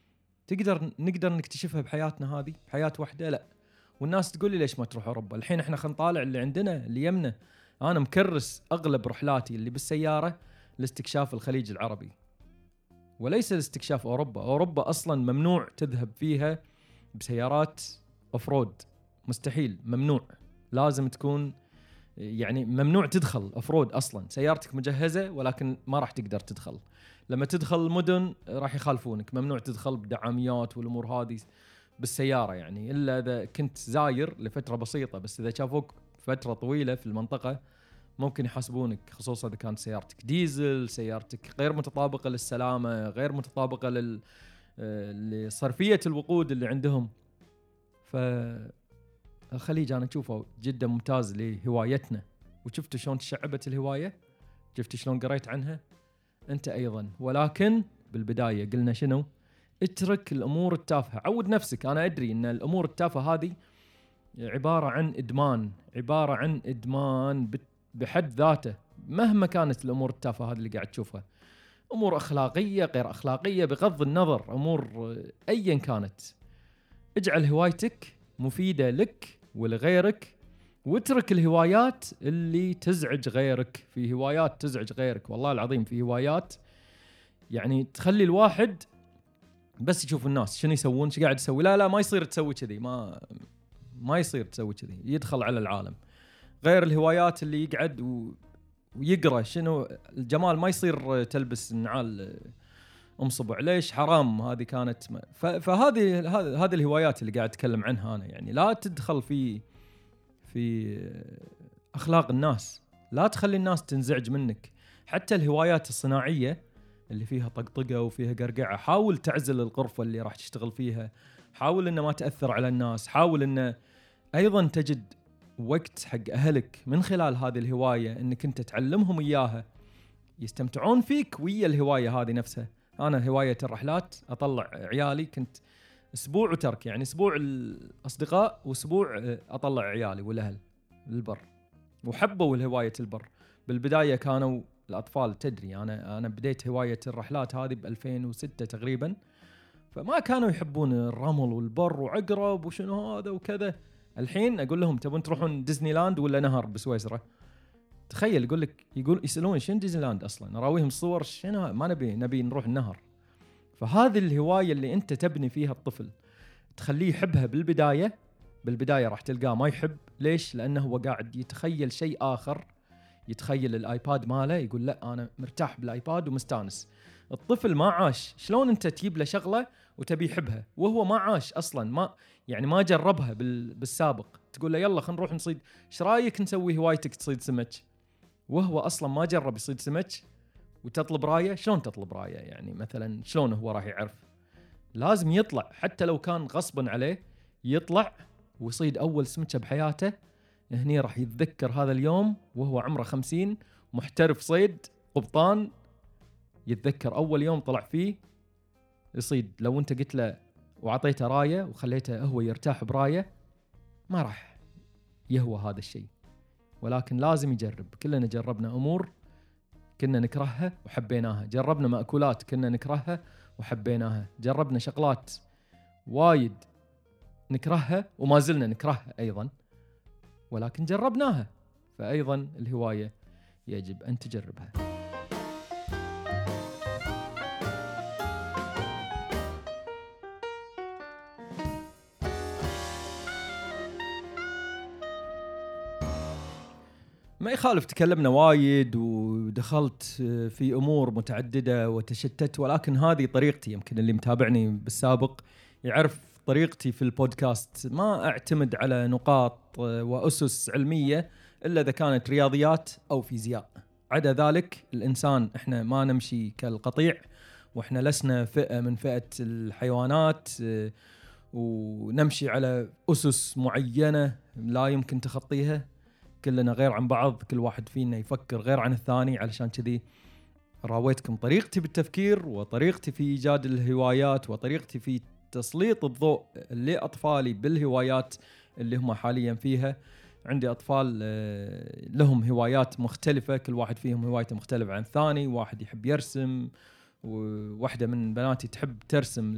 نقدر نكتشفها بحياتنا هذه، بحياة واحدة لا. والناس تقول لي ليش ما تروح اوروبا؟ الحين احنا خلينا نطالع اللي عندنا اللي يمنا. انا مكرس اغلب رحلاتي اللي بالسيارة لاستكشاف الخليج العربي وليس لاستكشاف اوروبا. اوروبا اصلا ممنوع تذهب فيها بسيارات أفرود، مستحيل، ممنوع، لازم تكون يعني ممنوع تدخل أفرود أصلا، سيارتك مجهزة ولكن ما راح تقدر تدخل. لما تدخل المدن راح يخالفونك، ممنوع تدخل بدعاميات والأمور هذه بالسيارة يعني، إلا إذا كنت زاير لفترة بسيطة، بس إذا شافوك فترة طويلة في المنطقة ممكن يحاسبونك، خصوصا إذا كانت سيارتك ديزل، سيارتك غير متطابقة للسلامة، غير متطابقة لصرفية الوقود اللي عندهم. فالخليج أنا أشوفه جدا ممتاز لهوايتنا. وشفتوا شلون تشعبت الهواية؟ شفتوا شلون قريت عنها؟ أنت أيضا. ولكن بالبداية قلنا شنو؟ اترك الأمور التافهة، عود نفسك. أنا أدري أن الأمور التافهة هذه عبارة عن إدمان بحد ذاته، مهما كانت الأمور التافهة هذه اللي قاعد تشوفها، أمور أخلاقية غير أخلاقية بغض النظر، أمور أيا كانت. اجعل هوايتك مفيدة لك ولغيرك، واترك الهوايات اللي تزعج غيرك. في هوايات تزعج غيرك والله العظيم، في هوايات يعني تخلي الواحد بس يشوف الناس شنو يسوون، ايش قاعد يسوي، لا ما يصير تسوي كذي، ما يصير تسوي كذي، يدخل على العالم. غير الهوايات اللي يقعد ويقرأ شنو الجمال، ما يصير تلبس نعال صبع، ليش حرام، هذه كانت فهذه الهوايات اللي قاعد اتكلم عنها انا. يعني لا تدخل في اخلاق الناس، لا تخلي الناس تنزعج منك. حتى الهوايات الصناعيه اللي فيها طقطقه وفيها قرقعه، حاول تعزل الغرفه اللي راح تشتغل فيها، حاول انه ما تاثر على الناس، حاول انه ايضا تجد وقت حق اهلك من خلال هذه الهوايه، انك انت تعلمهم اياها يستمتعون فيك ويا الهوايه هذه نفسها. انا هوايه الرحلات اطلع عيالي، كنت اسبوع وترك، يعني اسبوع الاصدقاء واسبوع اطلع عيالي والاهل للبر، وحبوا الهوايه البر. بالبدايه كانوا الاطفال، تدري انا بديت هوايه الرحلات هذه ب 2006 تقريبا، فما كانوا يحبون الرمل والبر وعقرب وشنو هذا وكذا. الحين اقول لهم تبون تروحون ديزني لاند ولا نهر بسويسرا؟ تخيل يسألون شنو ديزني لاند اصلا، اراويهم الصور، شنو ما نبي نروح النهر. فهذه الهوايه اللي انت تبني فيها الطفل، تخليه يحبها بالبدايه راح تلقاه ما يحب. ليش؟ لانه هو قاعد يتخيل شيء اخر، يتخيل الايباد ماله، يقول لا انا مرتاح بالايباد ومستانس. الطفل ما عاش، شلون انت تجيب له شغله وتبي يحبها وهو ما عاش اصلا، ما جربها بالسابق، تقول له يلا خلينا نروح نصيد، ايش رايك نسوي هوايتك تصيد سمك، وهو اصلا ما جرب يصيد سمك، وتطلب رايه. شلون تطلب رايه يعني مثلا؟ شلون هو راح يعرف؟ لازم يطلع، حتى لو كان غصبا عليه يطلع ويصيد اول سمكه بحياته. هني راح يتذكر هذا اليوم وهو عمره 50، محترف صيد، قبطان، يتذكر اول يوم طلع فيه يصيد. لو انت قلت له وعطيته رايه وخليته هو يرتاح برايه، ما راح يهوى هذا الشيء. ولكن لازم يجرب. كلنا جربنا امور كنا نكرهها وحبيناها، جربنا مأكولات كنا نكرهها وحبيناها، جربنا شغلات وايد نكرهها وما زلنا نكرهها أيضا، ولكن جربناها. فأيضا الهواية يجب أن تجربها. ما يخالف تكلمنا وايد ودخلت في أمور متعددة وتشتت، ولكن هذه طريقتي. يمكن اللي متابعني بالسابق يعرف طريقتي في البودكاست، ما أعتمد على نقاط وأسس علمية إلا إذا كانت رياضيات أو فيزياء. عدا ذلك الإنسان إحنا ما نمشي كالقطيع، وإحنا لسنا فئة من فئة الحيوانات ونمشي على أسس معينة لا يمكن تخطيها. كلنا غير عن بعض، كل واحد فينا يفكر غير عن الثاني. علشان كذي راويتكم طريقتي بالتفكير وطريقتي في إيجاد الهوايات وطريقتي في تسليط الضوء لأطفالي بالهوايات اللي هم حاليا فيها. عندي أطفال لهم هوايات مختلفة، كل واحد فيهم هوايته مختلفة عن الثاني. واحد يحب يرسم، وواحدة من بناتي تحب ترسم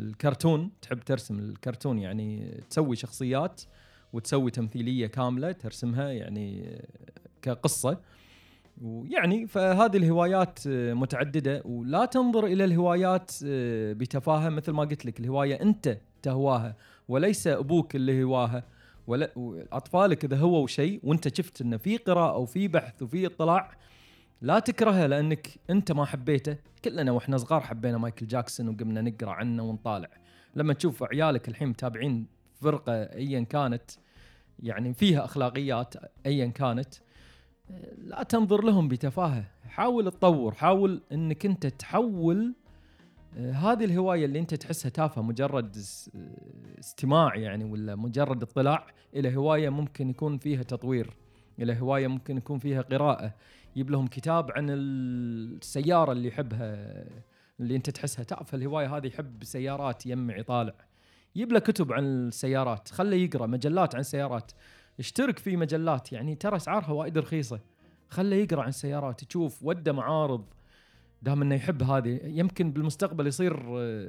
الكرتون، يعني تسوي شخصيات وتسوي تمثيلية كاملة ترسمها يعني كقصة. ويعني فهذه الهوايات متعددة، ولا تنظر إلى الهوايات بتفاهة. مثل ما قلت لك، الهواية أنت تهواها وليس أبوك اللي هواها. أطفالك إذا هو شيء وأنت شفت أنه في قراءة وفي بحث وفي اطلاع، لا تكرهها لأنك أنت ما حبيته. كلنا وإحنا صغار حبينا مايكل جاكسون وقمنا نقرأ عنه ونطالع. لما تشوف عيالك الحين متابعين فرقة أيا كانت يعني فيها أخلاقيات أيا كانت، لا تنظر لهم بتفاهة. حاول تطور، حاول أنك أنت تحول هذه الهواية اللي أنت تحسها تافهة مجرد استماع يعني ولا مجرد اطلاع، إلى هواية ممكن يكون فيها تطوير، إلى هواية ممكن يكون فيها قراءة. يجيب لهم كتاب عن السيارة اللي يحبها، اللي أنت تحسها تافهة الهواية هذه، يحب سيارات يمع يطالع، يجيب له كتب عن السيارات، خله يقرأ مجلات عن السيارات، اشترك في مجلات يعني ترى أسعارها وايد رخيصة، خله يقرأ عن السيارات، تشوف وده معارض. دام انه يحب هذه، يمكن بالمستقبل يصير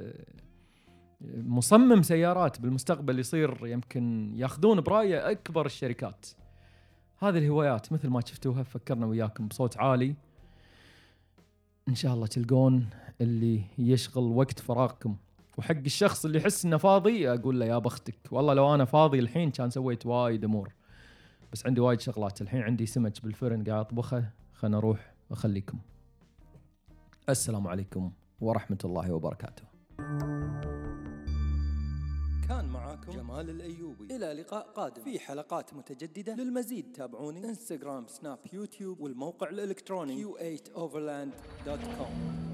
مصمم سيارات، بالمستقبل يصير يمكن ياخذون برايه اكبر الشركات. هذه الهوايات مثل ما شفتوها فكرنا وياكم بصوت عالي، ان شاء الله تلقون اللي يشغل وقت فراغكم. وحق الشخص اللي يحس انه فاضي اقول له يا بختك، والله لو انا فاضي الحين كان سويت وايد امور، بس عندي وايد شغلات. الحين عندي سمك بالفرن قاعد اطبخه، خلنا اروح واخليكم. السلام عليكم ورحمة الله وبركاته. كان معاكم جمال الأيوبي، إلى لقاء قادم في حلقات متجددة. للمزيد تابعوني انستغرام، سناب، يوتيوب، والموقع الإلكتروني q8overland.com.